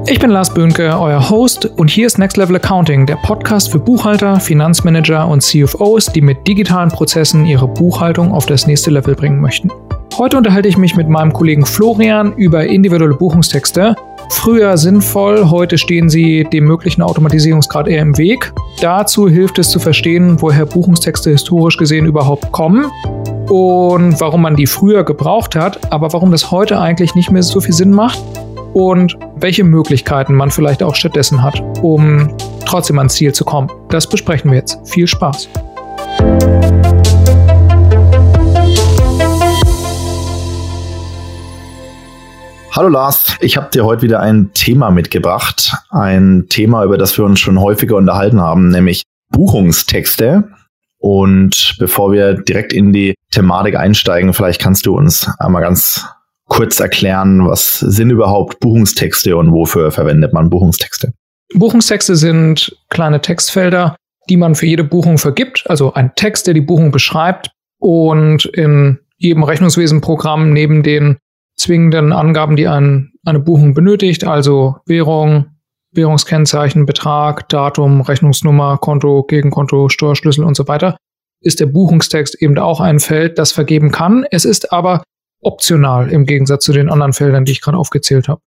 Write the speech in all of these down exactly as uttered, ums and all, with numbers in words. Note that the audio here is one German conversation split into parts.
Ich bin Lars Böhnke, euer Host, und hier ist Next Level Accounting, der Podcast für Buchhalter, Finanzmanager und C F Os, die mit digitalen Prozessen ihre Buchhaltung auf das nächste Level bringen möchten. Heute unterhalte ich mich mit meinem Kollegen Florian über individuelle Buchungstexte. Früher sinnvoll, heute stehen sie dem möglichen Automatisierungsgrad eher im Weg. Dazu hilft es zu verstehen, woher Buchungstexte historisch gesehen überhaupt kommen und warum man die früher gebraucht hat, aber warum das heute eigentlich nicht mehr so viel Sinn macht und welche Möglichkeiten man vielleicht auch stattdessen hat, um trotzdem ans Ziel zu kommen. Das besprechen wir jetzt. Viel Spaß! Hallo Lars, ich habe dir heute wieder ein Thema mitgebracht. Ein Thema, über das wir uns schon häufiger unterhalten haben, nämlich Buchungstexte. Und bevor wir direkt in die Thematik einsteigen, vielleicht kannst du uns einmal ganz kurz erklären, was sind überhaupt Buchungstexte und wofür verwendet man Buchungstexte? Buchungstexte sind kleine Textfelder, die man für jede Buchung vergibt, also ein Text, der die Buchung beschreibt, und in jedem Rechnungswesenprogramm neben den zwingenden Angaben, die ein, eine Buchung benötigt, also Währung, Währungskennzeichen, Betrag, Datum, Rechnungsnummer, Konto, Gegenkonto, Steuerschlüssel und so weiter, ist der Buchungstext eben auch ein Feld, das vergeben kann. Es ist aber optional im Gegensatz zu den anderen Feldern, die ich gerade aufgezählt habe.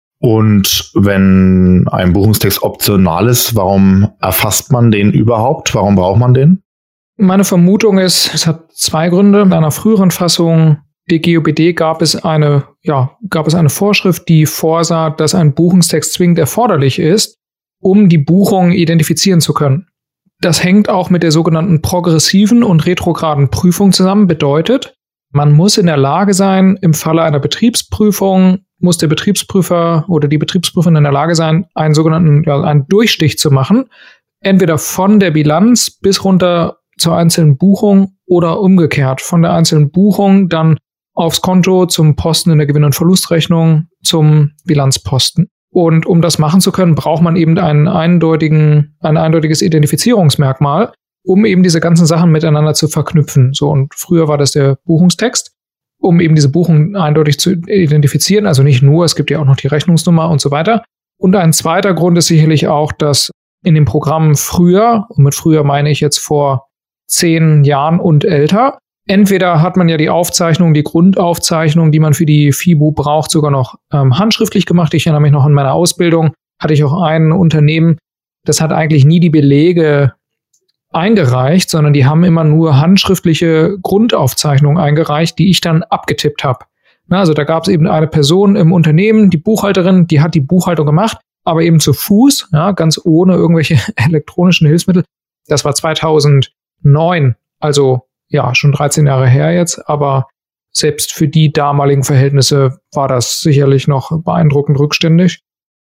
Und wenn ein Buchungstext optional ist, warum erfasst man den überhaupt? Warum braucht man den? Meine Vermutung ist, es hat zwei Gründe. In einer früheren Fassung der G O B D gab es eine, ja, gab es eine Vorschrift, die vorsah, dass ein Buchungstext zwingend erforderlich ist, um die Buchung identifizieren zu können. Das hängt auch mit der sogenannten progressiven und retrograden Prüfung zusammen. Bedeutet, man muss in der Lage sein, im Falle einer Betriebsprüfung muss der Betriebsprüfer oder die Betriebsprüferin in der Lage sein, einen sogenannten, ja, einen Durchstich zu machen, entweder von der Bilanz bis runter zur einzelnen Buchung oder umgekehrt, von der einzelnen Buchung dann aufs Konto, zum Posten in der Gewinn- und Verlustrechnung, zum Bilanzposten. Und um das machen zu können, braucht man eben einen eindeutigen, ein eindeutiges Identifizierungsmerkmal, um eben diese ganzen Sachen miteinander zu verknüpfen. So, und früher war das der Buchungstext, um eben diese Buchung eindeutig zu identifizieren. Also nicht nur, es gibt ja auch noch die Rechnungsnummer und so weiter. Und ein zweiter Grund ist sicherlich auch, dass in den Programmen früher, und mit früher meine ich jetzt vor zehn Jahren und älter, entweder hat man ja die Aufzeichnung, die Grundaufzeichnung, die man für die FIBU braucht, sogar noch ähm, handschriftlich gemacht. Ich erinnere mich noch an meine Ausbildung, hatte ich auch ein Unternehmen, das hat eigentlich nie die Belege eingereicht, sondern die haben immer nur handschriftliche Grundaufzeichnungen eingereicht, die ich dann abgetippt habe. Na, also da gab es eben eine Person im Unternehmen, die Buchhalterin, die hat die Buchhaltung gemacht, aber eben zu Fuß, ja, ganz ohne irgendwelche elektronischen Hilfsmittel. Das war zweitausendneun, also ja, schon dreizehn Jahre her jetzt, aber selbst für die damaligen Verhältnisse war das sicherlich noch beeindruckend rückständig.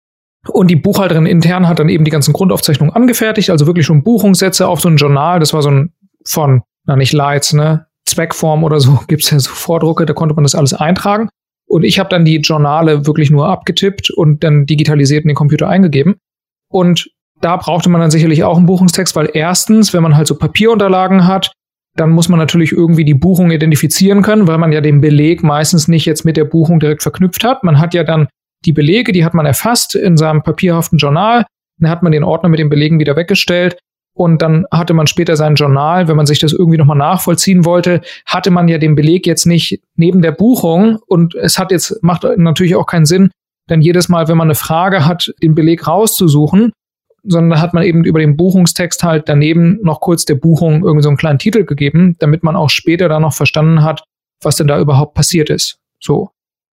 Und die Buchhalterin intern hat dann eben die ganzen Grundaufzeichnungen angefertigt, also wirklich schon Buchungssätze auf so ein Journal. Das war so ein von, na nicht Lights, ne, Zweckform oder so, gibt's ja so Vordrucke, da konnte man das alles eintragen. Und ich habe dann die Journale wirklich nur abgetippt und dann digitalisiert in den Computer eingegeben. Und da brauchte man dann sicherlich auch einen Buchungstext, weil erstens, wenn man halt so Papierunterlagen hat, dann muss man natürlich irgendwie die Buchung identifizieren können, weil man ja den Beleg meistens nicht jetzt mit der Buchung direkt verknüpft hat. Man hat ja dann die Belege, die hat man erfasst in seinem papierhaften Journal. Dann hat man den Ordner mit den Belegen wieder weggestellt und dann hatte man später sein Journal. Wenn man sich das irgendwie nochmal nachvollziehen wollte, hatte man ja den Beleg jetzt nicht neben der Buchung, und es hat jetzt, macht natürlich auch keinen Sinn, dann jedes Mal, wenn man eine Frage hat, den Beleg rauszusuchen, sondern hat man eben über den Buchungstext halt daneben noch kurz der Buchung irgendwie so einen kleinen Titel gegeben, damit man auch später dann noch verstanden hat, was denn da überhaupt passiert ist. So.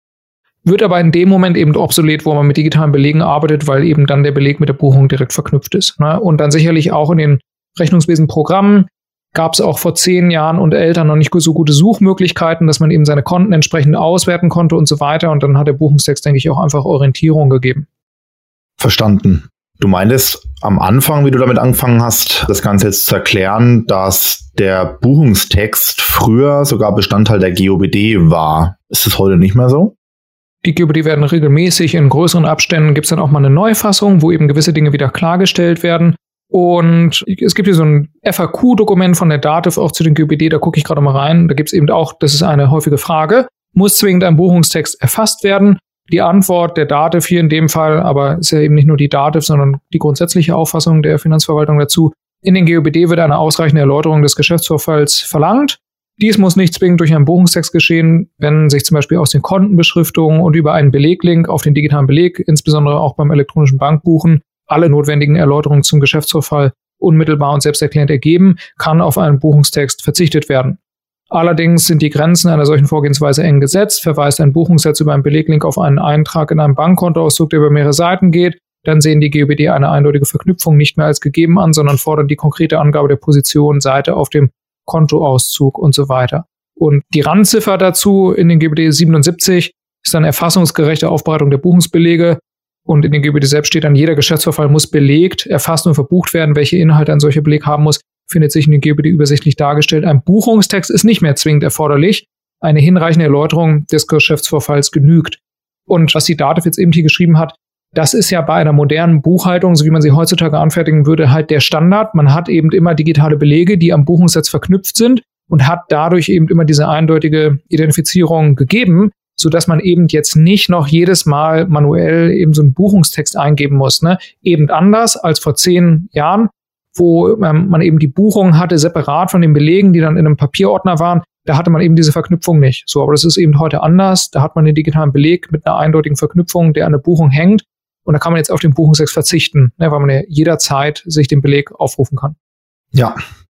Wird aber in dem Moment eben obsolet, wo man mit digitalen Belegen arbeitet, weil eben dann der Beleg mit der Buchung direkt verknüpft ist. Ne? Und dann sicherlich auch in den Rechnungswesenprogrammen gab es auch vor zehn Jahren und älter noch nicht so gute Suchmöglichkeiten, dass man eben seine Konten entsprechend auswerten konnte und so weiter. Und dann hat der Buchungstext, denke ich, auch einfach Orientierung gegeben. Verstanden. Du meintest am Anfang, wie du damit angefangen hast, das Ganze jetzt zu erklären, dass der Buchungstext früher sogar Bestandteil der G O B D war. Ist das heute nicht mehr so? Die G O B D werden regelmäßig in größeren Abständen, gibt es dann auch mal eine Neufassung, wo eben gewisse Dinge wieder klargestellt werden. Und es gibt hier so ein F A Q-Dokument von der Dativ auch zu den G O B D, da gucke ich gerade mal rein. Da gibt es eben auch, das ist eine häufige Frage, muss zwingend ein Buchungstext erfasst werden? Die Antwort der Dativ hier in dem Fall, aber ist ja eben nicht nur die Dativ, sondern die grundsätzliche Auffassung der Finanzverwaltung dazu. In den G O B D wird eine ausreichende Erläuterung des Geschäftsvorfalls verlangt. Dies muss nicht zwingend durch einen Buchungstext geschehen, wenn sich zum Beispiel aus den Kontenbeschriftungen und über einen Beleglink auf den digitalen Beleg, insbesondere auch beim elektronischen Bankbuchen, alle notwendigen Erläuterungen zum Geschäftsvorfall unmittelbar und selbsterklärend ergeben, kann auf einen Buchungstext verzichtet werden. Allerdings sind die Grenzen einer solchen Vorgehensweise eng gesetzt. Verweist ein Buchungssatz über einen Beleglink auf einen Eintrag in einem Bankkontoauszug, der über mehrere Seiten geht, dann sehen die G O B D eine eindeutige Verknüpfung nicht mehr als gegeben an, sondern fordern die konkrete Angabe der Position, Seite auf dem Kontoauszug und so weiter. Und die Randziffer dazu in den G O B D siebenundsiebzig ist dann erfassungsgerechte Aufbereitung der Buchungsbelege. Und in den G O B D selbst steht dann, jeder Geschäftsvorfall muss belegt, erfasst und verbucht werden. Welche Inhalte ein solcher Beleg haben muss, findet sich in den G O B D übersichtlich dargestellt. Ein Buchungstext ist nicht mehr zwingend erforderlich. Eine hinreichende Erläuterung des Geschäftsvorfalls genügt. Und was die Dativ jetzt eben hier geschrieben hat, das ist ja bei einer modernen Buchhaltung, so wie man sie heutzutage anfertigen würde, halt der Standard. Man hat eben immer digitale Belege, die am Buchungssatz verknüpft sind und hat dadurch eben immer diese eindeutige Identifizierung gegeben, sodass man eben jetzt nicht noch jedes Mal manuell eben so einen Buchungstext eingeben muss. Ne? Eben anders als vor zehn Jahren, wo ähm, man eben die Buchung hatte, separat von den Belegen, die dann in einem Papierordner waren. Da hatte man eben diese Verknüpfung nicht. So, aber das ist eben heute anders. Da hat man den digitalen Beleg mit einer eindeutigen Verknüpfung, der an der Buchung hängt. Und da kann man jetzt auf den Buchungstext verzichten, ne, weil man ja jederzeit sich den Beleg aufrufen kann. Ja.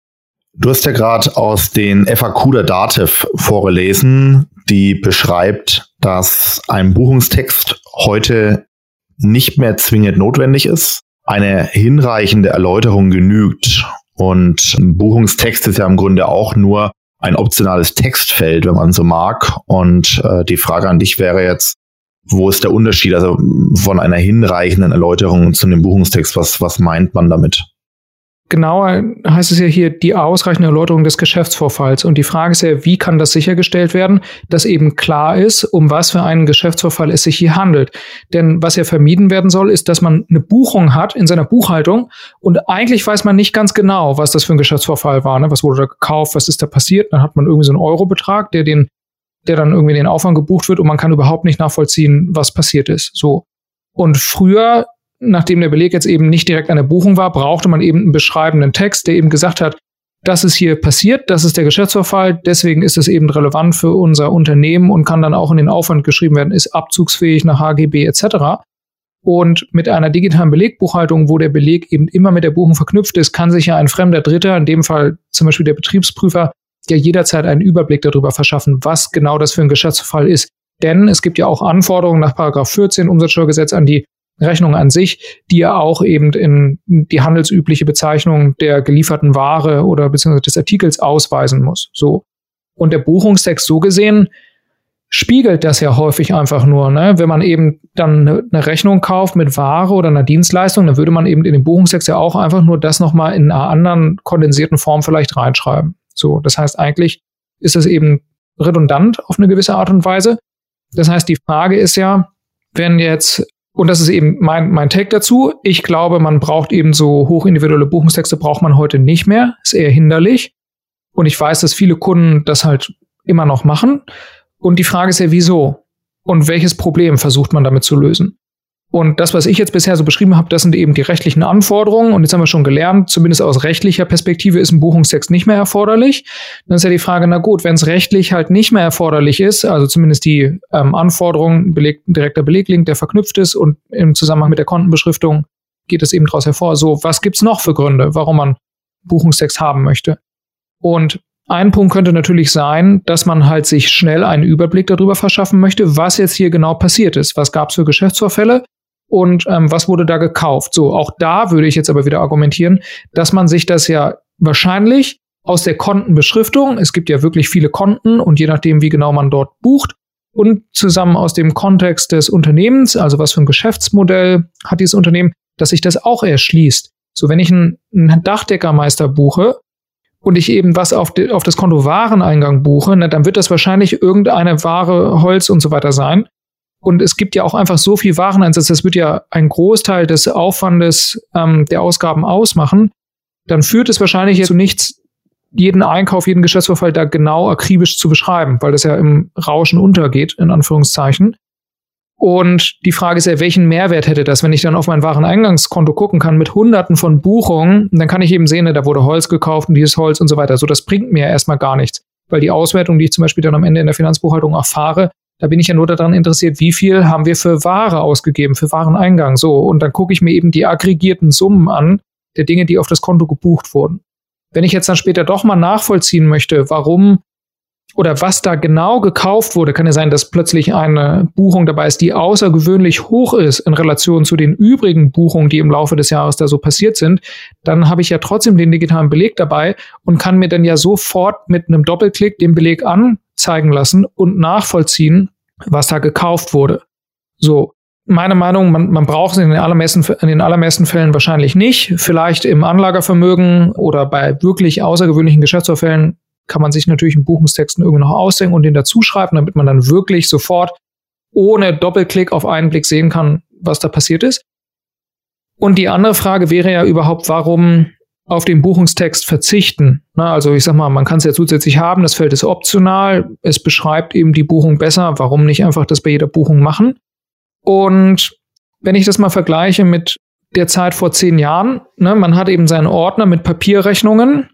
Du hast ja gerade aus den F A Q der Dativ vorgelesen, die beschreibt, dass ein Buchungstext heute nicht mehr zwingend notwendig ist. Eine hinreichende Erläuterung genügt. Und ein Buchungstext ist ja im Grunde auch nur ein optionales Textfeld, wenn man so mag. Und äh, die Frage an dich wäre jetzt, wo ist der Unterschied, also von einer hinreichenden Erläuterung zu einem Buchungstext? Was, was meint man damit? Genauer heißt es ja hier die ausreichende Erläuterung des Geschäftsvorfalls. Und die Frage ist ja, wie kann das sichergestellt werden, dass eben klar ist, um was für einen Geschäftsvorfall es sich hier handelt. Denn was ja vermieden werden soll, ist, dass man eine Buchung hat in seiner Buchhaltung und eigentlich weiß man nicht ganz genau, was das für ein Geschäftsvorfall war. Ne? Was wurde da gekauft, was ist da passiert? Dann hat man irgendwie so einen Eurobetrag, der den der dann irgendwie den Aufwand gebucht wird und man kann überhaupt nicht nachvollziehen, was passiert ist. So. Und früher, nachdem der Beleg jetzt eben nicht direkt an der Buchung war, brauchte man eben einen beschreibenden Text, der eben gesagt hat, das ist hier passiert, das ist der Geschäftsvorfall, deswegen ist es eben relevant für unser Unternehmen und kann dann auch in den Aufwand geschrieben werden, ist abzugsfähig nach H G B et cetera. Und mit einer digitalen Belegbuchhaltung, wo der Beleg eben immer mit der Buchung verknüpft ist, kann sich ja ein fremder Dritter, in dem Fall zum Beispiel der Betriebsprüfer, ja jederzeit einen Überblick darüber verschaffen, was genau das für ein Geschäftsvorfall ist. Denn es gibt ja auch Anforderungen nach Paragraph vierzehn Umsatzsteuergesetz an die Rechnung an sich, die ja auch eben in die handelsübliche Bezeichnung der gelieferten Ware oder beziehungsweise des Artikels ausweisen muss. So. Und der Buchungstext so gesehen spiegelt das ja häufig einfach nur. Ne? Wenn man eben dann eine Rechnung kauft mit Ware oder einer Dienstleistung, dann würde man eben in den Buchungstext ja auch einfach nur das nochmal in einer anderen kondensierten Form vielleicht reinschreiben. So, das heißt, eigentlich ist es eben redundant auf eine gewisse Art und Weise. Das heißt, die Frage ist ja, wenn jetzt, und das ist eben mein, mein Take dazu, ich glaube, man braucht eben so hochindividuelle Buchungstexte, braucht man heute nicht mehr, ist eher hinderlich. Und ich weiß, dass viele Kunden das halt immer noch machen. Und die Frage ist ja, wieso? Und welches Problem versucht man damit zu lösen? Und das, was ich jetzt bisher so beschrieben habe, das sind eben die rechtlichen Anforderungen. Und jetzt haben wir schon gelernt, zumindest aus rechtlicher Perspektive ist ein Buchungstext nicht mehr erforderlich. Dann ist ja die Frage, na gut, wenn es rechtlich halt nicht mehr erforderlich ist, also zumindest die ähm, Anforderungen, Beleg, direkter Beleglink, der verknüpft ist und im Zusammenhang mit der Kontenbeschriftung geht es eben daraus hervor. So, was gibt's noch für Gründe, warum man Buchungstext haben möchte? Und ein Punkt könnte natürlich sein, dass man halt sich schnell einen Überblick darüber verschaffen möchte, was jetzt hier genau passiert ist. Was gab's für Geschäftsvorfälle? Und ähm, was wurde da gekauft? So, auch da würde ich jetzt aber wieder argumentieren, dass man sich das ja wahrscheinlich aus der Kontenbeschriftung, es gibt ja wirklich viele Konten und je nachdem, wie genau man dort bucht, und zusammen aus dem Kontext des Unternehmens, also was für ein Geschäftsmodell hat dieses Unternehmen, dass sich das auch erschließt. So, wenn ich einen, einen Dachdeckermeister buche und ich eben was auf, die, auf das Konto Wareneingang buche, na, dann wird das wahrscheinlich irgendeine Ware, Holz und so weiter sein. Und es gibt ja auch einfach so viel Wareneinsatz, das wird ja einen Großteil des Aufwandes ähm, der Ausgaben ausmachen. Dann führt es wahrscheinlich zu nichts, jeden Einkauf, jeden Geschäftsvorfall da genau akribisch zu beschreiben, weil das ja im Rauschen untergeht, in Anführungszeichen. Und die Frage ist ja, welchen Mehrwert hätte das, wenn ich dann auf mein Wareneingangskonto gucken kann mit Hunderten von Buchungen, dann kann ich eben sehen, da wurde Holz gekauft und dieses Holz und so weiter. So, das bringt mir erstmal gar nichts, weil die Auswertung, die ich zum Beispiel dann am Ende in der Finanzbuchhaltung erfahre, da bin ich ja nur daran interessiert, wie viel haben wir für Ware ausgegeben, für Wareneingang. So, und dann gucke ich mir eben die aggregierten Summen an der Dinge, die auf das Konto gebucht wurden. Wenn ich jetzt dann später doch mal nachvollziehen möchte, warum oder was da genau gekauft wurde, kann ja sein, dass plötzlich eine Buchung dabei ist, die außergewöhnlich hoch ist in Relation zu den übrigen Buchungen, die im Laufe des Jahres da so passiert sind, dann habe ich ja trotzdem den digitalen Beleg dabei und kann mir dann ja sofort mit einem Doppelklick den Beleg anzeigen lassen und nachvollziehen, was da gekauft wurde. So, meine Meinung, man, man braucht es in den allermeisten, in den allermeisten Fällen wahrscheinlich nicht. Vielleicht im Anlagevermögen oder bei wirklich außergewöhnlichen Geschäftsvorfällen kann man sich natürlich einen Buchungstext irgendwie noch ausdenken und den dazuschreiben, damit man dann wirklich sofort ohne Doppelklick auf einen Blick sehen kann, was da passiert ist. Und die andere Frage wäre ja überhaupt, warum auf den Buchungstext verzichten? Na, also ich sag mal, man kann es ja zusätzlich haben, das Feld ist optional, es beschreibt eben die Buchung besser, warum nicht einfach das bei jeder Buchung machen? Und wenn ich das mal vergleiche mit der Zeit vor zehn Jahren, ne, man hat eben seinen Ordner mit Papierrechnungen,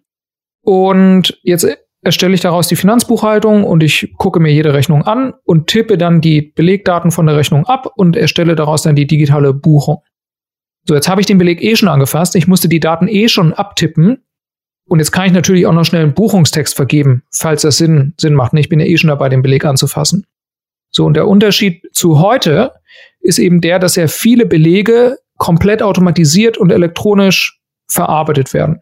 und jetzt erstelle ich daraus die Finanzbuchhaltung und ich gucke mir jede Rechnung an und tippe dann die Belegdaten von der Rechnung ab und erstelle daraus dann die digitale Buchung. So, jetzt habe ich den Beleg eh schon angefasst. Ich musste die Daten eh schon abtippen. Und jetzt kann ich natürlich auch noch schnell einen Buchungstext vergeben, falls das Sinn, Sinn macht. Ich bin ja eh schon dabei, den Beleg anzufassen. So, und der Unterschied zu heute ist eben der, dass ja viele Belege komplett automatisiert und elektronisch verarbeitet werden.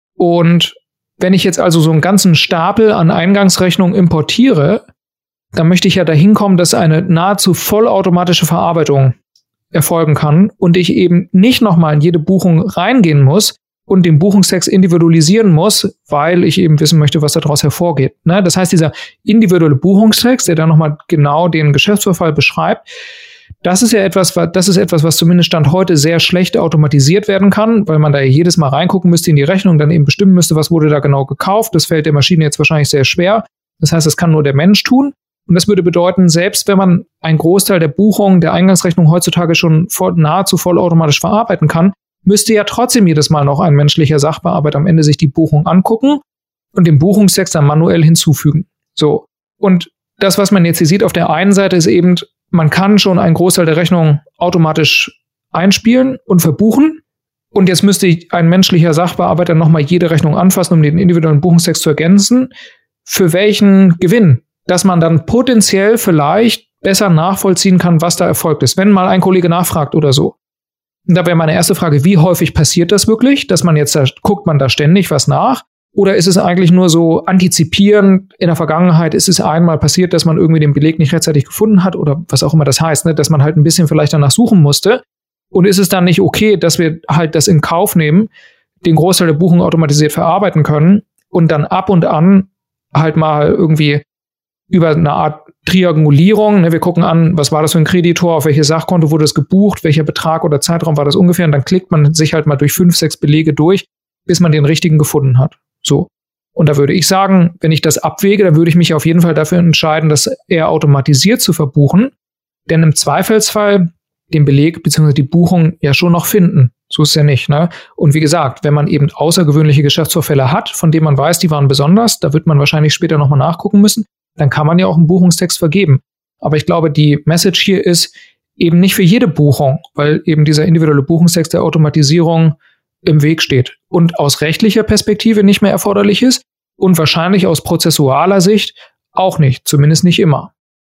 Und wenn ich jetzt also so einen ganzen Stapel an Eingangsrechnungen importiere, dann möchte ich ja dahin kommen, dass eine nahezu vollautomatische Verarbeitung erfolgen kann und ich eben nicht nochmal in jede Buchung reingehen muss und den Buchungstext individualisieren muss, weil ich eben wissen möchte, was daraus hervorgeht. Ne? Das heißt, dieser individuelle Buchungstext, der dann nochmal genau den Geschäftsvorfall beschreibt, Das ist ja etwas, das ist etwas, was zumindest Stand heute sehr schlecht automatisiert werden kann, weil man da ja jedes Mal reingucken müsste in die Rechnung, dann eben bestimmen müsste, was wurde da genau gekauft. Das fällt der Maschine jetzt wahrscheinlich sehr schwer. Das heißt, das kann nur der Mensch tun. Und das würde bedeuten, selbst wenn man einen Großteil der Buchung, der Eingangsrechnung heutzutage schon voll, nahezu vollautomatisch verarbeiten kann, müsste ja trotzdem jedes Mal noch ein menschlicher Sachbearbeiter am Ende sich die Buchung angucken und den Buchungstext dann manuell hinzufügen. So. Und das, was man jetzt hier sieht auf der einen Seite, ist eben, man kann schon einen Großteil der Rechnung automatisch einspielen und verbuchen. Und jetzt müsste ein menschlicher Sachbearbeiter nochmal jede Rechnung anfassen, um den individuellen Buchungstext zu ergänzen. Für welchen Gewinn? Dass man dann potenziell vielleicht besser nachvollziehen kann, was da erfolgt ist, wenn mal ein Kollege nachfragt oder so. Und da wäre meine erste Frage, wie häufig passiert das wirklich, dass man jetzt, da guckt man da ständig was nach? Oder ist es eigentlich nur so antizipieren, in der Vergangenheit ist es einmal passiert, dass man irgendwie den Beleg nicht rechtzeitig gefunden hat oder was auch immer das heißt, ne? Dass man halt ein bisschen vielleicht danach suchen musste. Und ist es dann nicht okay, dass wir halt das in Kauf nehmen, den Großteil der Buchung automatisiert verarbeiten können und dann ab und an halt mal irgendwie über eine Art Triangulierung, ne, wir gucken an, was war das für ein Kreditor, auf welches Sachkonto wurde es gebucht, welcher Betrag oder Zeitraum war das ungefähr und dann klickt man sich halt mal durch fünf, sechs Belege durch, bis man den richtigen gefunden hat. So. Und da würde ich sagen, wenn ich das abwäge, dann würde ich mich auf jeden Fall dafür entscheiden, das eher automatisiert zu verbuchen, denn im Zweifelsfall den Beleg bzw. die Buchung ja schon noch finden. So ist es ja nicht, ne? Und wie gesagt, wenn man eben außergewöhnliche Geschäftsvorfälle hat, von denen man weiß, die waren besonders, da wird man wahrscheinlich später nochmal nachgucken müssen, dann kann man ja auch einen Buchungstext vergeben. Aber ich glaube, die Message hier ist eben nicht für jede Buchung, weil eben dieser individuelle Buchungstext der Automatisierung im Weg steht und aus rechtlicher Perspektive nicht mehr erforderlich ist und wahrscheinlich aus prozessualer Sicht auch nicht, zumindest nicht immer.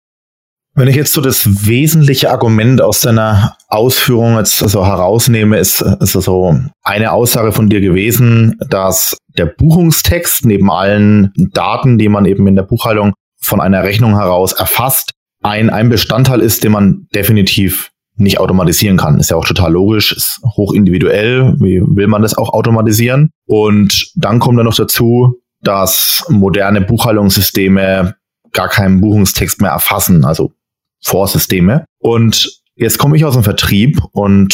Wenn ich jetzt so das wesentliche Argument aus deiner Ausführung jetzt so herausnehme, ist, ist so eine Aussage von dir gewesen, dass der Buchungstext neben allen Daten, die man eben in der Buchhaltung von einer Rechnung heraus erfasst, ein, ein Bestandteil ist, den man definitiv nicht automatisieren kann. Ist ja auch total logisch, ist hochindividuell. Wie will man das auch automatisieren? Und dann kommt dann noch dazu, dass moderne Buchhaltungssysteme gar keinen Buchungstext mehr erfassen, also Vorsysteme. Und jetzt komme ich aus dem Vertrieb und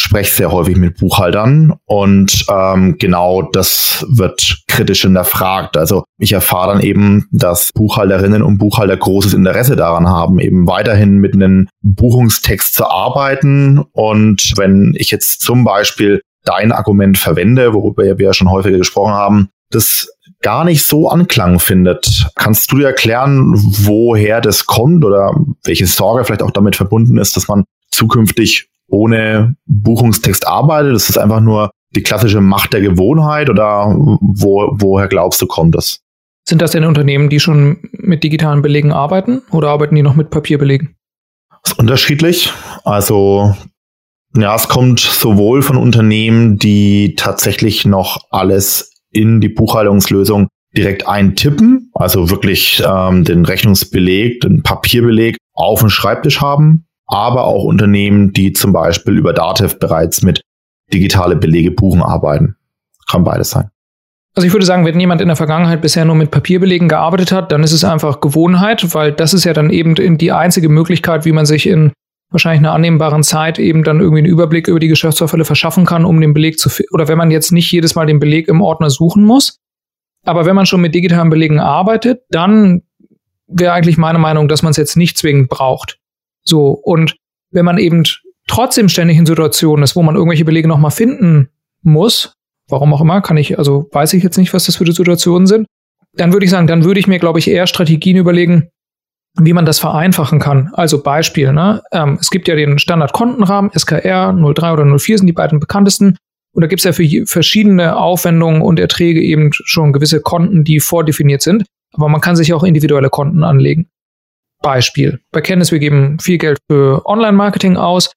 spreche sehr häufig mit Buchhaltern und ähm, genau das wird kritisch hinterfragt. Also ich erfahre dann eben, dass Buchhalterinnen und Buchhalter großes Interesse daran haben, eben weiterhin mit einem Buchungstext zu arbeiten. Und wenn ich jetzt zum Beispiel dein Argument verwende, worüber wir ja schon häufiger gesprochen haben, das gar nicht so Anklang findet. Kannst du dir erklären, woher das kommt oder welche Sorge vielleicht auch damit verbunden ist, dass man zukünftig ohne Buchungstext arbeitet? Das ist einfach nur die klassische Macht der Gewohnheit oder wo, woher glaubst du, kommt das? Sind das denn Unternehmen, die schon mit digitalen Belegen arbeiten oder arbeiten die noch mit Papierbelegen? Das ist unterschiedlich. Also ja, es kommt sowohl von Unternehmen, die tatsächlich noch alles in die Buchhaltungslösung direkt eintippen, also wirklich ähm, den Rechnungsbeleg, den Papierbeleg auf dem Schreibtisch haben, aber auch Unternehmen, die zum Beispiel über Datev bereits mit digitale Belege buchen arbeiten. Kann beides sein. Also ich würde sagen, wenn jemand in der Vergangenheit bisher nur mit Papierbelegen gearbeitet hat, dann ist es einfach Gewohnheit, weil das ist ja dann eben die einzige Möglichkeit, wie man sich in wahrscheinlich einer annehmbaren Zeit eben dann irgendwie einen Überblick über die Geschäftsvorfälle verschaffen kann, um den Beleg zu finden, oder wenn man jetzt nicht jedes Mal den Beleg im Ordner suchen muss. Aber wenn man schon mit digitalen Belegen arbeitet, dann wäre eigentlich meine Meinung, dass man es jetzt nicht zwingend braucht. So, und wenn man eben trotzdem ständig in Situationen ist, wo man irgendwelche Belege nochmal finden muss, warum auch immer, kann ich, also weiß ich jetzt nicht, was das für die Situationen sind, dann würde ich sagen, dann würde ich mir, glaube ich, eher Strategien überlegen, wie man das vereinfachen kann. Also Beispiel, ne? Ähm, es gibt ja den Standardkontenrahmen, S K R null drei oder null vier sind die beiden bekanntesten. Und da gibt es ja für je, verschiedene Aufwendungen und Erträge eben schon gewisse Konten, die vordefiniert sind. Aber man kann sich auch individuelle Konten anlegen. Beispiel. Bei Candice, wir geben viel Geld für Online-Marketing aus.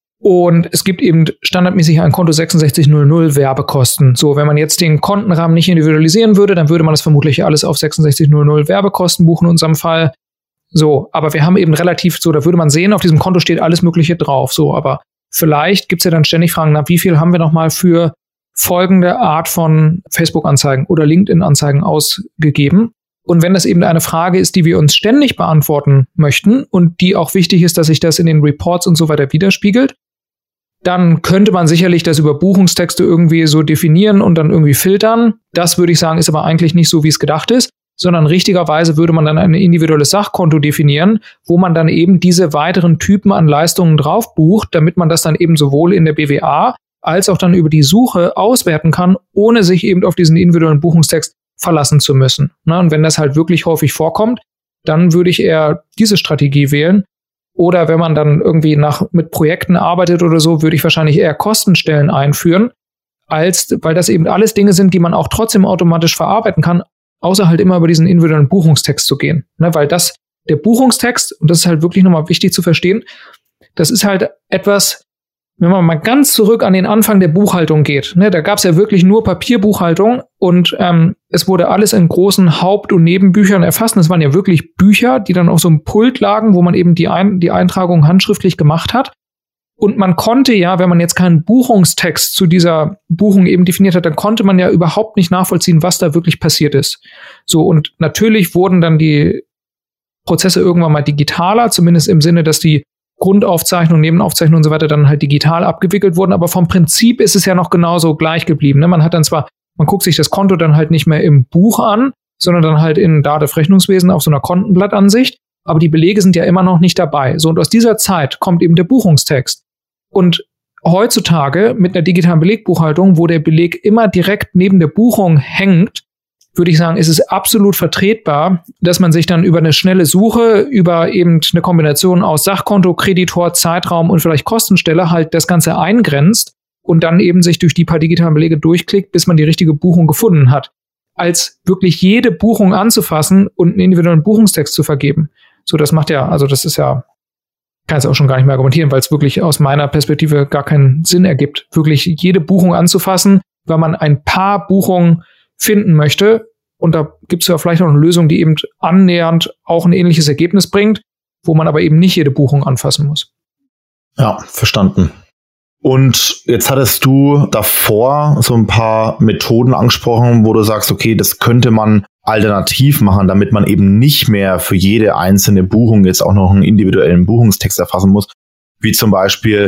Und es gibt eben standardmäßig ein Konto sechsundsechzig null null Werbekosten. So, wenn man jetzt den Kontenrahmen nicht individualisieren würde, dann würde man das vermutlich alles auf sechsundsechzig null null Werbekosten buchen in unserem Fall. So, aber wir haben eben relativ, so, da würde man sehen, auf diesem Konto steht alles Mögliche drauf. So, aber vielleicht gibt's ja dann ständig Fragen, na, wie viel haben wir nochmal für folgende Art von Facebook-Anzeigen oder LinkedIn-Anzeigen ausgegeben? Und wenn das eben eine Frage ist, die wir uns ständig beantworten möchten und die auch wichtig ist, dass sich das in den Reports und so weiter widerspiegelt, dann könnte man sicherlich das über Buchungstexte irgendwie so definieren und dann irgendwie filtern. Das würde ich sagen, ist aber eigentlich nicht so, wie es gedacht ist, sondern richtigerweise würde man dann ein individuelles Sachkonto definieren, wo man dann eben diese weiteren Typen an Leistungen drauf bucht, damit man das dann eben sowohl in der B W A als auch dann über die Suche auswerten kann, ohne sich eben auf diesen individuellen Buchungstext verlassen zu müssen. Und wenn das halt wirklich häufig vorkommt, dann würde ich eher diese Strategie wählen. Oder wenn man dann irgendwie nach, mit Projekten arbeitet oder so, würde ich wahrscheinlich eher Kostenstellen einführen, als, weil das eben alles Dinge sind, die man auch trotzdem automatisch verarbeiten kann, außer halt immer über diesen individuellen Buchungstext zu gehen. Ne, weil das, der Buchungstext, und das ist halt wirklich nochmal wichtig zu verstehen, das ist halt etwas, wenn man mal ganz zurück an den Anfang der Buchhaltung geht, ne, da gab es ja wirklich nur Papierbuchhaltung und ähm, es wurde alles in großen Haupt- und Nebenbüchern erfasst. Es waren ja wirklich Bücher, die dann auf so einem Pult lagen, wo man eben die, Ein- die Eintragung handschriftlich gemacht hat. Und man konnte ja, wenn man jetzt keinen Buchungstext zu dieser Buchung eben definiert hat, dann konnte man ja überhaupt nicht nachvollziehen, was da wirklich passiert ist. So, und natürlich wurden dann die Prozesse irgendwann mal digitaler, zumindest im Sinne, dass die Grundaufzeichnung, Nebenaufzeichnung und so weiter dann halt digital abgewickelt wurden. Aber vom Prinzip ist es ja noch genauso gleich geblieben. Ne? Man hat dann zwar, man guckt sich das Konto dann halt nicht mehr im Buch an, sondern dann halt in Datev Rechnungswesen auf so einer Kontenblattansicht. Aber die Belege sind ja immer noch nicht dabei. So, und aus dieser Zeit kommt eben der Buchungstext. Und heutzutage mit einer digitalen Belegbuchhaltung, wo der Beleg immer direkt neben der Buchung hängt, würde ich sagen, ist es absolut vertretbar, dass man sich dann über eine schnelle Suche, über eben eine Kombination aus Sachkonto, Kreditor, Zeitraum und vielleicht Kostenstelle halt das Ganze eingrenzt und dann eben sich durch die paar digitalen Belege durchklickt, bis man die richtige Buchung gefunden hat. Als wirklich jede Buchung anzufassen und einen individuellen Buchungstext zu vergeben. So, das macht ja, also das ist ja, kann es auch schon gar nicht mehr argumentieren, weil es wirklich aus meiner Perspektive gar keinen Sinn ergibt, wirklich jede Buchung anzufassen, weil man ein paar Buchungen finden möchte. Und da gibt es ja vielleicht noch eine Lösung, die eben annähernd auch ein ähnliches Ergebnis bringt, wo man aber eben nicht jede Buchung anfassen muss. Ja, verstanden. Und jetzt hattest du davor so ein paar Methoden angesprochen, wo du sagst, okay, das könnte man alternativ machen, damit man eben nicht mehr für jede einzelne Buchung jetzt auch noch einen individuellen Buchungstext erfassen muss, wie zum Beispiel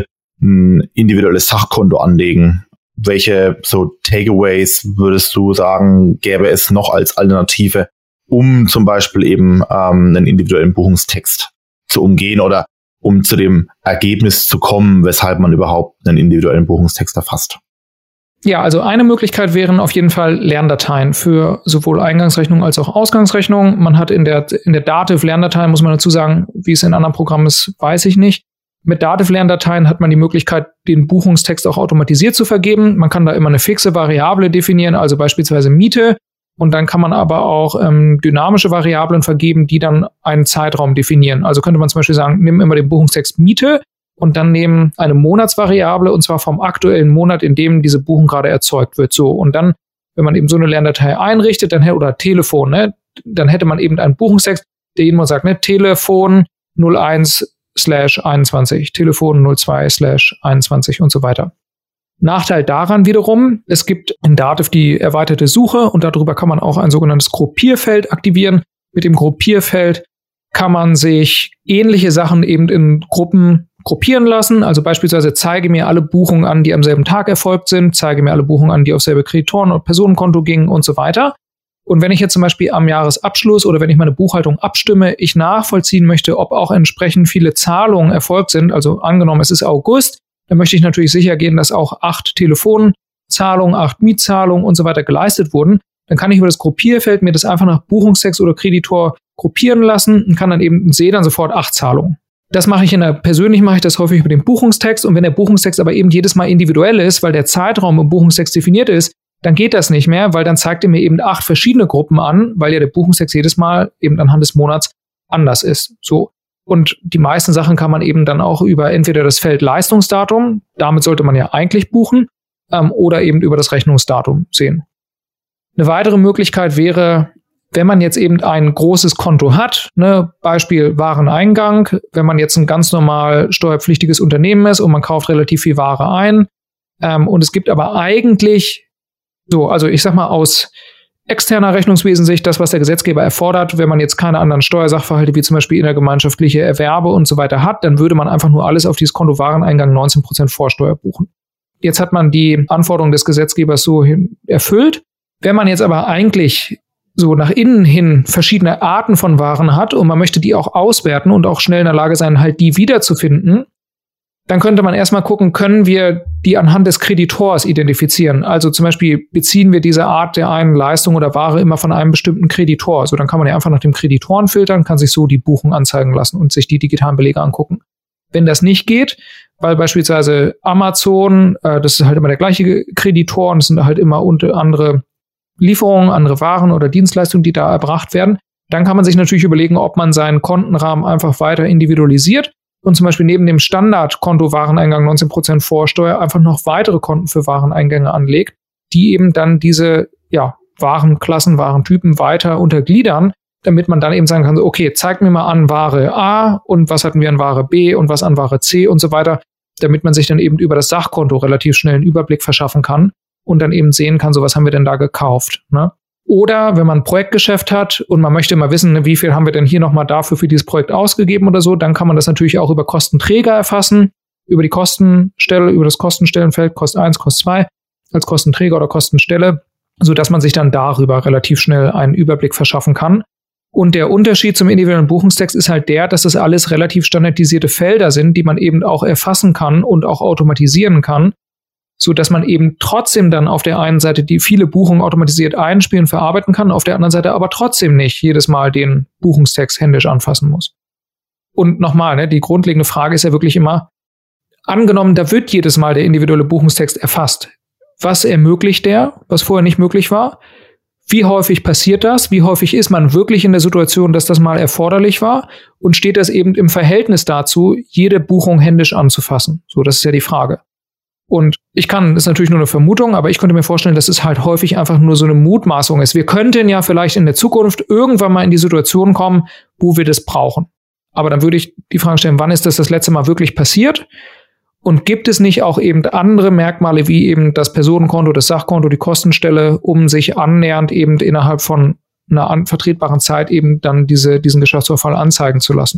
ein individuelles Sachkonto anlegen. Welche so Takeaways würdest du sagen, gäbe es noch als Alternative, um zum Beispiel eben ähm, einen individuellen Buchungstext zu umgehen oder um zu dem Ergebnis zu kommen, weshalb man überhaupt einen individuellen Buchungstext erfasst? Ja, also eine Möglichkeit wären auf jeden Fall Lerndateien für sowohl Eingangsrechnung als auch Ausgangsrechnung. Man hat in der, in der Dativ-Lerndateien, muss man dazu sagen, wie es in anderen Programmen ist, weiß ich nicht. Mit Dativ-Lerndateien hat man die Möglichkeit, den Buchungstext auch automatisiert zu vergeben. Man kann da immer eine fixe Variable definieren, also beispielsweise Miete. Und dann kann man aber auch ähm, dynamische Variablen vergeben, die dann einen Zeitraum definieren. Also könnte man zum Beispiel sagen, nimm immer den Buchungstext Miete und dann nehmen eine Monatsvariable, und zwar vom aktuellen Monat, in dem diese Buchung gerade erzeugt wird. So, und dann, wenn man eben so eine Lerndatei einrichtet, dann oder Telefon, ne, dann hätte man eben einen Buchungstext, der jeden Mal sagt, ne, Telefon null eins slash einundzwanzig, Telefon null zwei slash einundzwanzig und so weiter. Nachteil daran wiederum, es gibt in Dativ die erweiterte Suche und darüber kann man auch ein sogenanntes Gruppierfeld aktivieren. Mit dem Gruppierfeld kann man sich ähnliche Sachen eben in Gruppen gruppieren lassen. Also beispielsweise zeige mir alle Buchungen an, die am selben Tag erfolgt sind, zeige mir alle Buchungen an, die auf selbe Kreditoren- und Personenkonto gingen und so weiter. Und wenn ich jetzt zum Beispiel am Jahresabschluss oder wenn ich meine Buchhaltung abstimme, ich nachvollziehen möchte, ob auch entsprechend viele Zahlungen erfolgt sind, also angenommen es ist August, dann möchte ich natürlich sicher gehen, dass auch acht Telefonzahlungen, acht Mietzahlungen und so weiter geleistet wurden. Dann kann ich über das Gruppierfeld mir das einfach nach Buchungstext oder Kreditor gruppieren lassen und kann dann eben sehe dann sofort acht Zahlungen. Das mache ich in der, persönlich mache ich das häufig über den Buchungstext, und wenn der Buchungstext aber eben jedes Mal individuell ist, weil der Zeitraum im Buchungstext definiert ist, dann geht das nicht mehr, weil dann zeigt er mir eben acht verschiedene Gruppen an, weil ja der Buchungstext jedes Mal eben anhand des Monats anders ist. So. Und die meisten Sachen kann man eben dann auch über entweder das Feld Leistungsdatum, damit sollte man ja eigentlich buchen, ähm, oder eben über das Rechnungsdatum sehen. Eine weitere Möglichkeit wäre, wenn man jetzt eben ein großes Konto hat, ne, Beispiel Wareneingang, wenn man jetzt ein ganz normal steuerpflichtiges Unternehmen ist und man kauft relativ viel Ware ein, ähm, und es gibt aber eigentlich so, also ich sag mal aus externer Rechnungswesensicht, das, was der Gesetzgeber erfordert, wenn man jetzt keine anderen Steuersachverhalte wie zum Beispiel innergemeinschaftliche Erwerbe und so weiter hat, dann würde man einfach nur alles auf dieses Konto Wareneingang neunzehn Prozent Vorsteuer buchen. Jetzt hat man die Anforderungen des Gesetzgebers so erfüllt. Wenn man jetzt aber eigentlich so nach innen hin verschiedene Arten von Waren hat und man möchte die auch auswerten und auch schnell in der Lage sein, halt die wiederzufinden, dann könnte man erstmal gucken, können wir die anhand des Kreditors identifizieren? Also zum Beispiel beziehen wir diese Art der einen Leistung oder Ware immer von einem bestimmten Kreditor. So, dann kann man ja einfach nach dem Kreditoren filtern, kann sich so die Buchung anzeigen lassen und sich die digitalen Belege angucken. Wenn das nicht geht, weil beispielsweise Amazon, äh, das ist halt immer der gleiche Kreditor und es sind halt immer unter andere Lieferungen, andere Waren oder Dienstleistungen, die da erbracht werden, dann kann man sich natürlich überlegen, ob man seinen Kontenrahmen einfach weiter individualisiert und zum Beispiel neben dem Standardkonto Wareneingang neunzehn Prozent Vorsteuer einfach noch weitere Konten für Wareneingänge anlegt, die eben dann diese ja, Warenklassen, Warentypen weiter untergliedern, damit man dann eben sagen kann, okay, zeig mir mal an Ware A und was hatten wir an Ware B und was an Ware C und so weiter, damit man sich dann eben über das Sachkonto relativ schnell einen Überblick verschaffen kann und dann eben sehen kann, so was haben wir denn da gekauft, ne? Oder wenn man ein Projektgeschäft hat und man möchte mal wissen, wie viel haben wir denn hier nochmal dafür für dieses Projekt ausgegeben oder so, dann kann man das natürlich auch über Kostenträger erfassen, über die Kostenstelle, über das Kostenstellenfeld, Kost eins, Kost zwei, als Kostenträger oder Kostenstelle, sodass man sich dann darüber relativ schnell einen Überblick verschaffen kann. Und der Unterschied zum individuellen Buchungstext ist halt der, dass das alles relativ standardisierte Felder sind, die man eben auch erfassen kann und auch automatisieren kann, so dass man eben trotzdem dann auf der einen Seite die viele Buchungen automatisiert einspielen, verarbeiten kann, auf der anderen Seite aber trotzdem nicht jedes Mal den Buchungstext händisch anfassen muss. Und nochmal, ne, die grundlegende Frage ist ja wirklich immer, angenommen, da wird jedes Mal der individuelle Buchungstext erfasst. Was ermöglicht der, was vorher nicht möglich war? Wie häufig passiert das? Wie häufig ist man wirklich in der Situation, dass das mal erforderlich war? Und steht das eben im Verhältnis dazu, jede Buchung händisch anzufassen? So, das ist ja die Frage. Und ich kann, das ist natürlich nur eine Vermutung, aber ich könnte mir vorstellen, dass es halt häufig einfach nur so eine Mutmaßung ist. Wir könnten ja vielleicht in der Zukunft irgendwann mal in die Situation kommen, wo wir das brauchen. Aber dann würde ich die Frage stellen, wann ist das das letzte Mal wirklich passiert? Und gibt es nicht auch eben andere Merkmale, wie eben das Personenkonto, das Sachkonto, die Kostenstelle, um sich annähernd eben innerhalb von einer vertretbaren Zeit eben dann diese, diesen Geschäftsvorfall anzeigen zu lassen?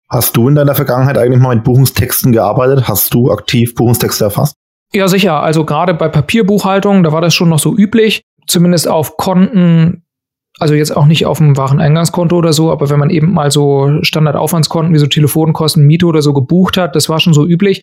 Hast du in deiner Vergangenheit eigentlich mal mit Buchungstexten gearbeitet? Hast du aktiv Buchungstexte erfasst? Ja, sicher. Also gerade bei Papierbuchhaltung, da war das schon noch so üblich, zumindest auf Konten, also jetzt auch nicht auf dem Wareneingangskonto oder so, aber wenn man eben mal so Standardaufwandskonten wie so Telefonkosten, Miete oder so gebucht hat, das war schon so üblich.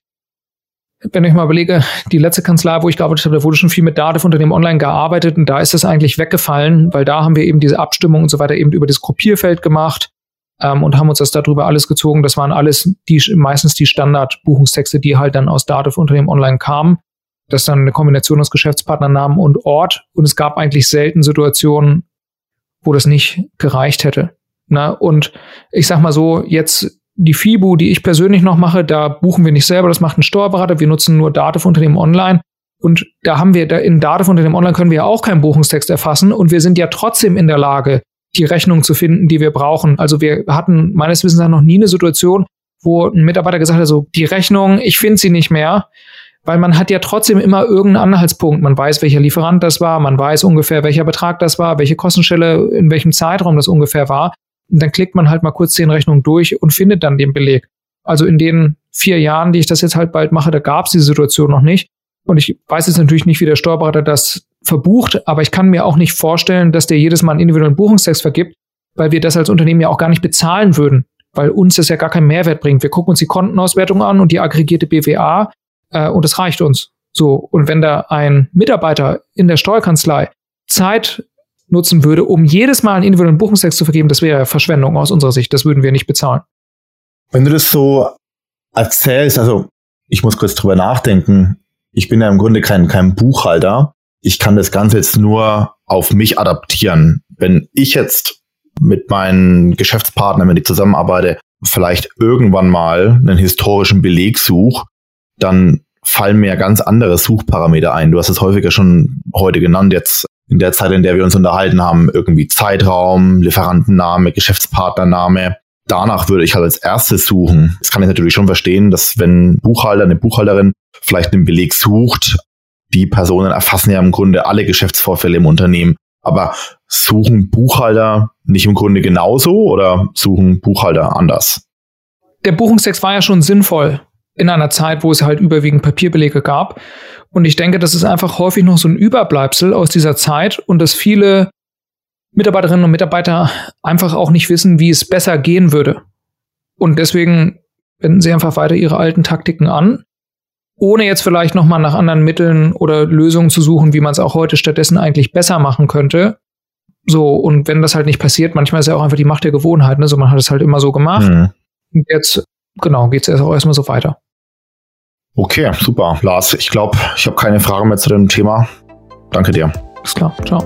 Wenn ich mal überlege, die letzte Kanzlei, wo ich gearbeitet habe, da wurde schon viel mit Dativ-Unternehmen online gearbeitet und da ist das eigentlich weggefallen, weil da haben wir eben diese Abstimmung und so weiter eben über das Kopierfeld gemacht ähm, und haben uns das darüber alles gezogen. Das waren alles die meistens die Standardbuchungstexte, die halt dann aus Dativ-Unternehmen online kamen. Das ist dann eine Kombination aus Geschäftspartnernamen und Ort und es gab eigentlich selten Situationen, wo das nicht gereicht hätte. Na, und ich sag mal so, jetzt die FIBU, die ich persönlich noch mache, da buchen wir nicht selber, das macht ein Steuerberater, wir nutzen nur Dativ-Unternehmen online und da haben wir, da in Dativ-Unternehmen online können wir ja auch keinen Buchungstext erfassen und wir sind ja trotzdem in der Lage, die Rechnung zu finden, die wir brauchen. Also wir hatten meines Wissens nach noch nie eine Situation, wo ein Mitarbeiter gesagt hat, so die Rechnung, ich finde sie nicht mehr, weil man hat ja trotzdem immer irgendeinen Anhaltspunkt. Man weiß, welcher Lieferant das war, man weiß ungefähr, welcher Betrag das war, welche Kostenstelle, in welchem Zeitraum das ungefähr war. Und dann klickt man halt mal kurz zehn Rechnungen durch und findet dann den Beleg. Also in den vier Jahren, die ich das jetzt halt bald mache, da gab es diese Situation noch nicht. Und ich weiß jetzt natürlich nicht, wie der Steuerberater das verbucht, aber ich kann mir auch nicht vorstellen, dass der jedes Mal einen individuellen Buchungstext vergibt, weil wir das als Unternehmen ja auch gar nicht bezahlen würden, weil uns das ja gar keinen Mehrwert bringt. Wir gucken uns die Kontenauswertung an und die aggregierte B W A äh, und das reicht uns. So, und wenn da ein Mitarbeiter in der Steuerkanzlei Zeit nutzen würde, um jedes Mal einen individuellen Buchungstext zu vergeben, das wäre Verschwendung aus unserer Sicht. Das würden wir nicht bezahlen. Wenn du das so erzählst, also ich muss kurz drüber nachdenken. Ich bin ja im Grunde kein, kein Buchhalter. Ich kann das Ganze jetzt nur auf mich adaptieren. Wenn ich jetzt mit meinen Geschäftspartnern, wenn ich zusammenarbeite, vielleicht irgendwann mal einen historischen Beleg suche, dann fallen mir ganz andere Suchparameter ein. Du hast es häufiger schon heute genannt, jetzt in der Zeit, in der wir uns unterhalten haben, irgendwie Zeitraum, Lieferantenname, Geschäftspartnername. Danach würde ich halt als erstes suchen. Das kann ich natürlich schon verstehen, dass wenn ein Buchhalter, eine Buchhalterin vielleicht einen Beleg sucht, die Personen erfassen ja im Grunde alle Geschäftsvorfälle im Unternehmen. Aber suchen Buchhalter nicht im Grunde genauso oder suchen Buchhalter anders? Der Buchungstext war ja schon sinnvoll in einer Zeit, wo es halt überwiegend Papierbelege gab. Und ich denke, das ist einfach häufig noch so ein Überbleibsel aus dieser Zeit und dass viele Mitarbeiterinnen und Mitarbeiter einfach auch nicht wissen, wie es besser gehen würde. Und deswegen wenden sie einfach weiter ihre alten Taktiken an, ohne jetzt vielleicht nochmal nach anderen Mitteln oder Lösungen zu suchen, wie man es auch heute stattdessen eigentlich besser machen könnte. So, und wenn das halt nicht passiert, manchmal ist ja auch einfach die Macht der Gewohnheit, ne? So, man hat es halt immer so gemacht. Mhm. Und jetzt, genau, geht es auch erstmal so weiter. Okay, super. Lars, ich glaube, ich habe keine Fragen mehr zu dem Thema. Danke dir. Alles klar, ciao.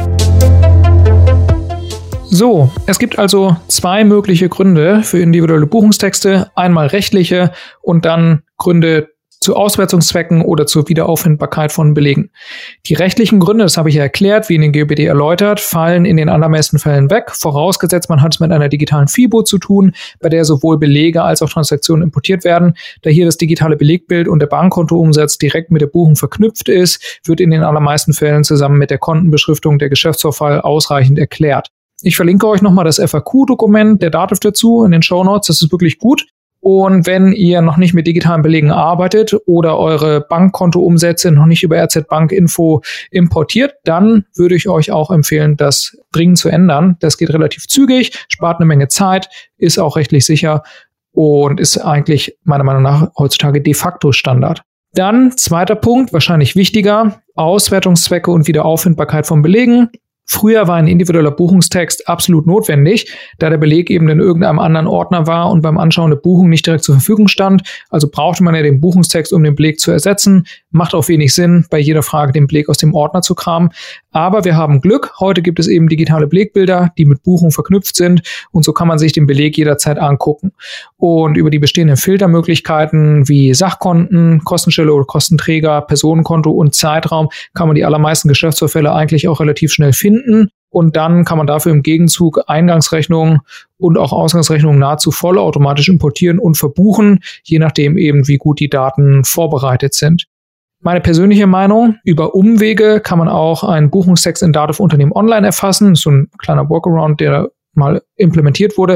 So, es gibt also zwei mögliche Gründe für individuelle Buchungstexte. Einmal rechtliche und dann Gründe zu Auswertungszwecken oder zur Wiederauffindbarkeit von Belegen. Die rechtlichen Gründe, das habe ich ja erklärt, wie in den G O B D erläutert, fallen in den allermeisten Fällen weg, vorausgesetzt man hat es mit einer digitalen FIBO zu tun, bei der sowohl Belege als auch Transaktionen importiert werden. Da hier das digitale Belegbild und der Bankkontoumsatz direkt mit der Buchung verknüpft ist, wird in den allermeisten Fällen zusammen mit der Kontenbeschriftung der Geschäftsvorfall ausreichend erklärt. Ich verlinke euch nochmal das F A Q-Dokument der Dativ dazu in den Shownotes, das ist wirklich gut. Und wenn ihr noch nicht mit digitalen Belegen arbeitet oder eure Bankkontoumsätze noch nicht über R Z Bank Info importiert, dann würde ich euch auch empfehlen, das dringend zu ändern. Das geht relativ zügig, spart eine Menge Zeit, ist auch rechtlich sicher und ist eigentlich meiner Meinung nach heutzutage de facto Standard. Dann zweiter Punkt, wahrscheinlich wichtiger, Auswertungszwecke und Wiederauffindbarkeit von Belegen. Früher war ein individueller Buchungstext absolut notwendig, da der Beleg eben in irgendeinem anderen Ordner war und beim Anschauen der Buchung nicht direkt zur Verfügung stand. Also brauchte man ja den Buchungstext, um den Beleg zu ersetzen. Macht auch wenig Sinn, bei jeder Frage den Beleg aus dem Ordner zu kramen. Aber wir haben Glück. Heute gibt es eben digitale Belegbilder, die mit Buchung verknüpft sind. Und so kann man sich den Beleg jederzeit angucken. Und über die bestehenden Filtermöglichkeiten wie Sachkonten, Kostenstelle oder Kostenträger, Personenkonto und Zeitraum kann man die allermeisten Geschäftsvorfälle eigentlich auch relativ schnell finden. Und dann kann man dafür im Gegenzug Eingangsrechnungen und auch Ausgangsrechnungen nahezu vollautomatisch importieren und verbuchen, je nachdem eben, wie gut die Daten vorbereitet sind. Meine persönliche Meinung, über Umwege kann man auch einen Buchungstext in Dativ Unternehmen online erfassen. So ein kleiner Workaround, der mal implementiert wurde.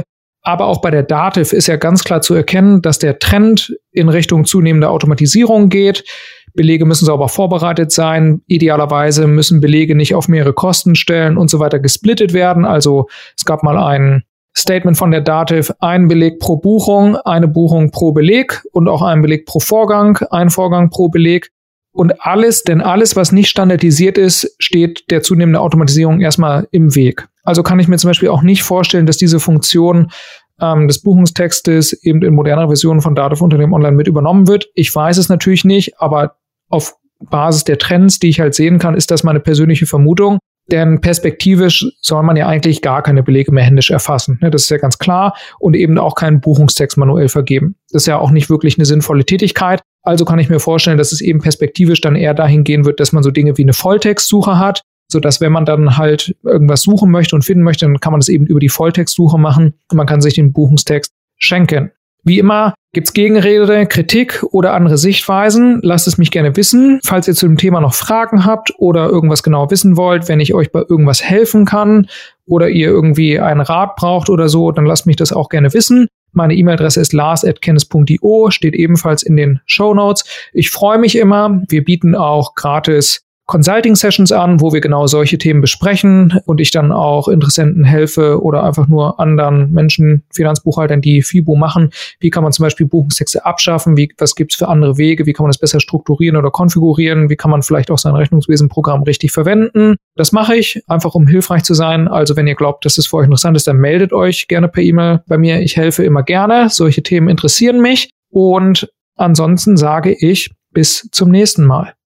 Aber auch bei der Dativ ist ja ganz klar zu erkennen, dass der Trend in Richtung zunehmender Automatisierung geht. Belege müssen sauber vorbereitet sein. Idealerweise müssen Belege nicht auf mehrere Kostenstellen und so weiter gesplittet werden. Also es gab mal ein Statement von der Dativ, ein Beleg pro Buchung, eine Buchung pro Beleg und auch ein Beleg pro Vorgang, ein Vorgang pro Beleg. Und alles, denn alles, was nicht standardisiert ist, steht der zunehmenden Automatisierung erstmal im Weg. Also kann ich mir zum Beispiel auch nicht vorstellen, dass diese Funktion ähm, des Buchungstextes eben in moderner Versionen von Dativ Unternehmen Online mit übernommen wird. Ich weiß es natürlich nicht, aber auf Basis der Trends, die ich halt sehen kann, ist das meine persönliche Vermutung. Denn perspektivisch soll man ja eigentlich gar keine Belege mehr händisch erfassen. Das ist ja ganz klar. Und eben auch keinen Buchungstext manuell vergeben. Das ist ja auch nicht wirklich eine sinnvolle Tätigkeit. Also kann ich mir vorstellen, dass es eben perspektivisch dann eher dahin gehen wird, dass man so Dinge wie eine Volltextsuche hat, sodass, wenn man dann halt irgendwas suchen möchte und finden möchte, dann kann man das eben über die Volltextsuche machen und man kann sich den Buchungstext schenken. Wie immer gibt's Gegenrede, Kritik oder andere Sichtweisen. Lasst es mich gerne wissen. Falls ihr zu dem Thema noch Fragen habt oder irgendwas genau wissen wollt, wenn ich euch bei irgendwas helfen kann oder ihr irgendwie einen Rat braucht oder so, dann lasst mich das auch gerne wissen. Meine E-Mail-Adresse ist lars at kennis punkt io, steht ebenfalls in den Shownotes. Ich freue mich immer. Wir bieten auch gratis Consulting-Sessions an, wo wir genau solche Themen besprechen und ich dann auch Interessenten helfe oder einfach nur anderen Menschen, Finanzbuchhaltern, die FIBO machen. Wie kann man zum Beispiel Buchungstexte abschaffen? Wie, was gibt's für andere Wege? Wie kann man das besser strukturieren oder konfigurieren? Wie kann man vielleicht auch sein Rechnungswesenprogramm richtig verwenden? Das mache ich, einfach um hilfreich zu sein. Also wenn ihr glaubt, dass es für euch interessant ist, dann meldet euch gerne per E-Mail bei mir. Ich helfe immer gerne. Solche Themen interessieren mich. Und ansonsten sage ich bis zum nächsten Mal.